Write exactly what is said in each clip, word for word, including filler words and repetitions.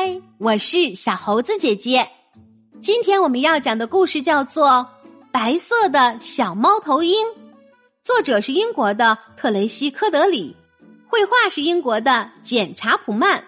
嗨，我是小猴子姐姐。今天我们要讲的故事叫做《白色的小猫头鹰》，作者是英国的特雷西·科德里，绘画是英国的简·查普曼。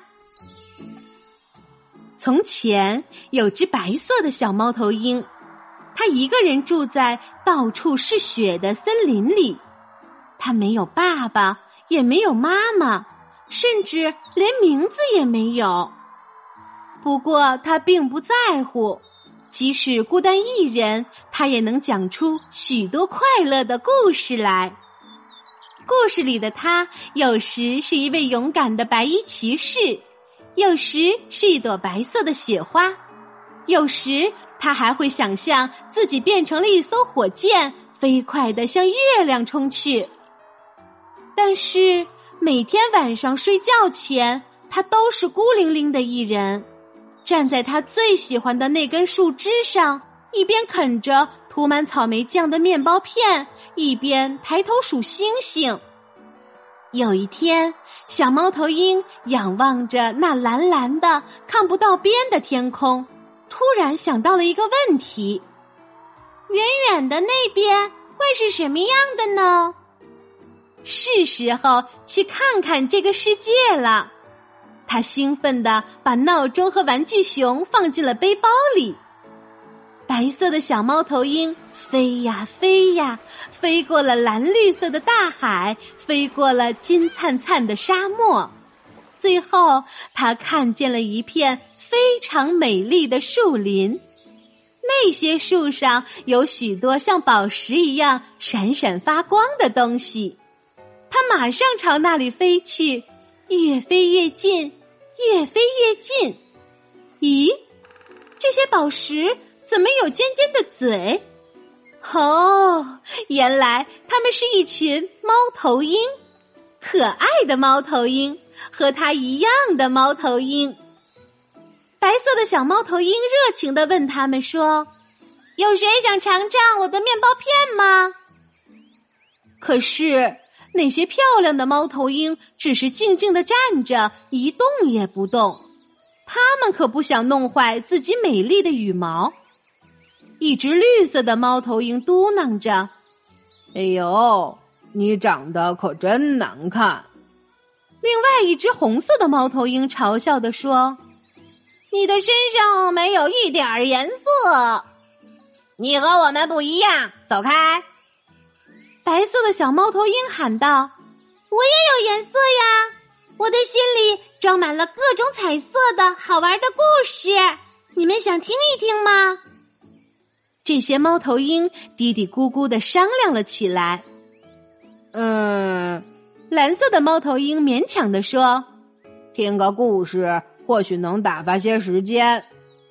从前有只白色的小猫头鹰，它一个人住在到处是雪的森林里。它没有爸爸，也没有妈妈，甚至连名字也没有。不过他并不在乎，即使孤单一人，他也能讲出许多快乐的故事来。故事里的他，有时是一位勇敢的白衣骑士，有时是一朵白色的雪花，有时他还会想象自己变成了一艘火箭，飞快地向月亮冲去。但是每天晚上睡觉前，他都是孤零零的一人，站在他最喜欢的那根树枝上，一边啃着涂满草莓酱的面包片，一边抬头数星星。有一天，小猫头鹰仰望着那蓝蓝的看不到边的天空，突然想到了一个问题：远远的那边会是什么样的呢？是时候去看看这个世界了。他兴奋地把闹钟和玩具熊放进了背包里。白色的小猫头鹰飞呀飞呀，飞过了蓝绿色的大海，飞过了金灿灿的沙漠。最后，他看见了一片非常美丽的树林。那些树上有许多像宝石一样闪闪发光的东西。他马上朝那里飞去，越飞越近，越飞越近。咦，这些宝石怎么有尖尖的嘴？哦，原来它们是一群猫头鹰，可爱的猫头鹰，和它一样的猫头鹰。白色的小猫头鹰热情地问他们说：有谁想尝尝我的面包片吗？可是那些漂亮的猫头鹰只是静静地站着，一动也不动。它们可不想弄坏自己美丽的羽毛。一只绿色的猫头鹰嘟囔着： 哎呦，你长得可真难看。 另外一只红色的猫头鹰嘲笑地说：你的身上没有一点颜色，你和我们不一样，走开。白色的小猫头鹰喊道：我也有颜色呀，我的心里装满了各种彩色的好玩的故事，你们想听一听吗？这些猫头鹰嘀嘀咕咕地商量了起来。 嗯， 蓝色的猫头鹰勉强地说： 听个故事或许能打发些时间。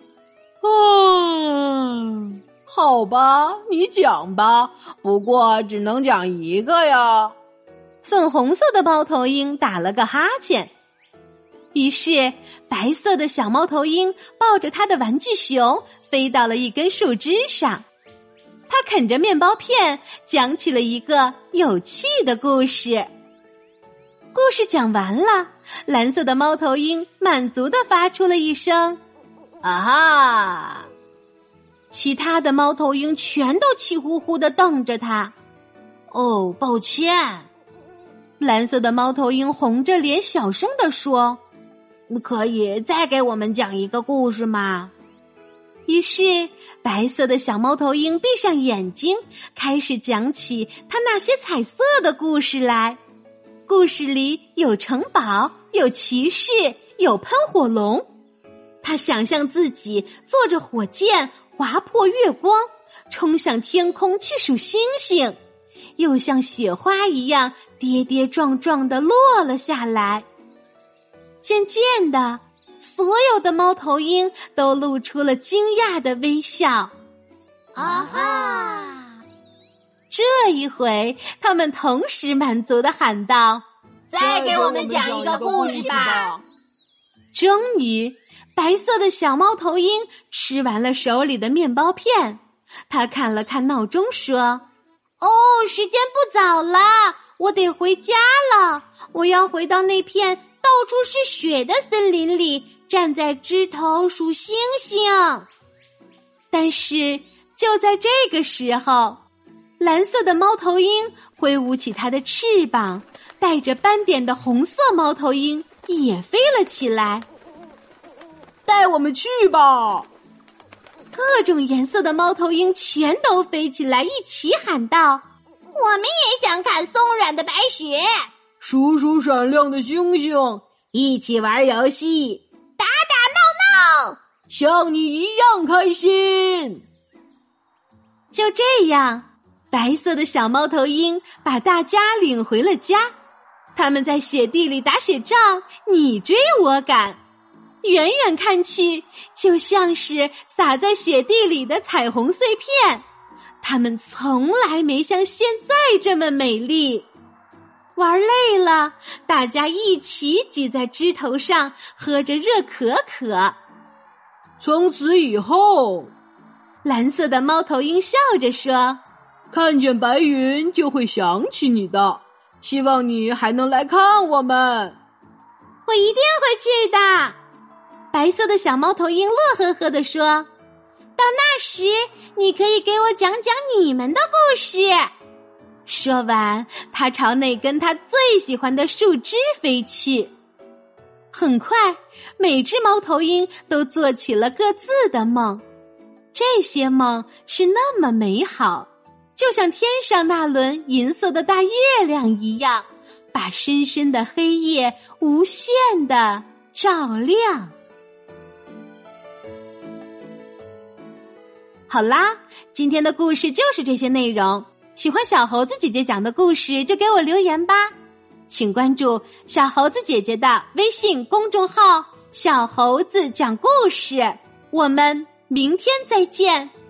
嗯， 好吧，你讲吧，不过只能讲一个呀。 粉红色的猫头鹰打了个哈欠。于是白色的小猫头鹰抱着它的玩具熊飞到了一根树枝上。它啃着面包片，讲起了一个有趣的故事。故事讲完了，蓝色的猫头鹰满足地发出了一声啊哈。其他的猫头鹰全都气呼呼地瞪着它。哦，抱歉。蓝色的猫头鹰红着脸小声地说：可以再给我们讲一个故事吗？于是白色的小猫头鹰闭上眼睛，开始讲起它那些彩色的故事来。故事里有城堡，有骑士，有喷火龙。他想象自己坐着火箭划破月光，冲向天空去数星星，又像雪花一样跌跌撞撞地落了下来。渐渐的，所有的猫头鹰都露出了惊讶的微笑。啊哈！这一回，他们同时满足地喊道：再给我们讲一个故事吧！终于，白色的小猫头鹰吃完了手里的面包片，他看了看闹钟说：哦，时间不早了，我得回家了，我要回到那片到处是雪的森林里，站在枝头数星星。但是就在这个时候，蓝色的猫头鹰挥舞起它的翅膀，带着斑点的红色猫头鹰也飞了起来。 带我们去吧！ 各种颜色的猫头鹰全都飞起来，一起喊道： 我们也想看松软的白雪， 数数闪亮的星星， 一起玩游戏，打打闹闹， 像你一样开心。 就这样，白色的小猫头鹰把大家领回了家。他们在雪地里打雪仗，你追我赶，远远看去就像是洒在雪地里的彩虹碎片。它们从来没像现在这么美丽。玩累了，大家一起挤在枝头上，喝着热可可。 从此以后， 蓝色的猫头鹰笑着说， 看见白云就会想起你的，希望你还能来看我们。 我一定会去的。白色的小猫头鹰乐呵呵地说，到那时你可以给我讲讲你们的故事。说完，它朝那根它最喜欢的树枝飞去。很快，每只猫头鹰都做起了各自的梦，这些梦是那么美好，就像天上那轮银色的大月亮一样，把深深的黑夜无限地照亮。好啦，今天的故事就是这些内容。喜欢小猴子姐姐讲的故事，就给我留言吧。请关注小猴子姐姐的微信公众号“小猴子讲故事”。我们明天再见。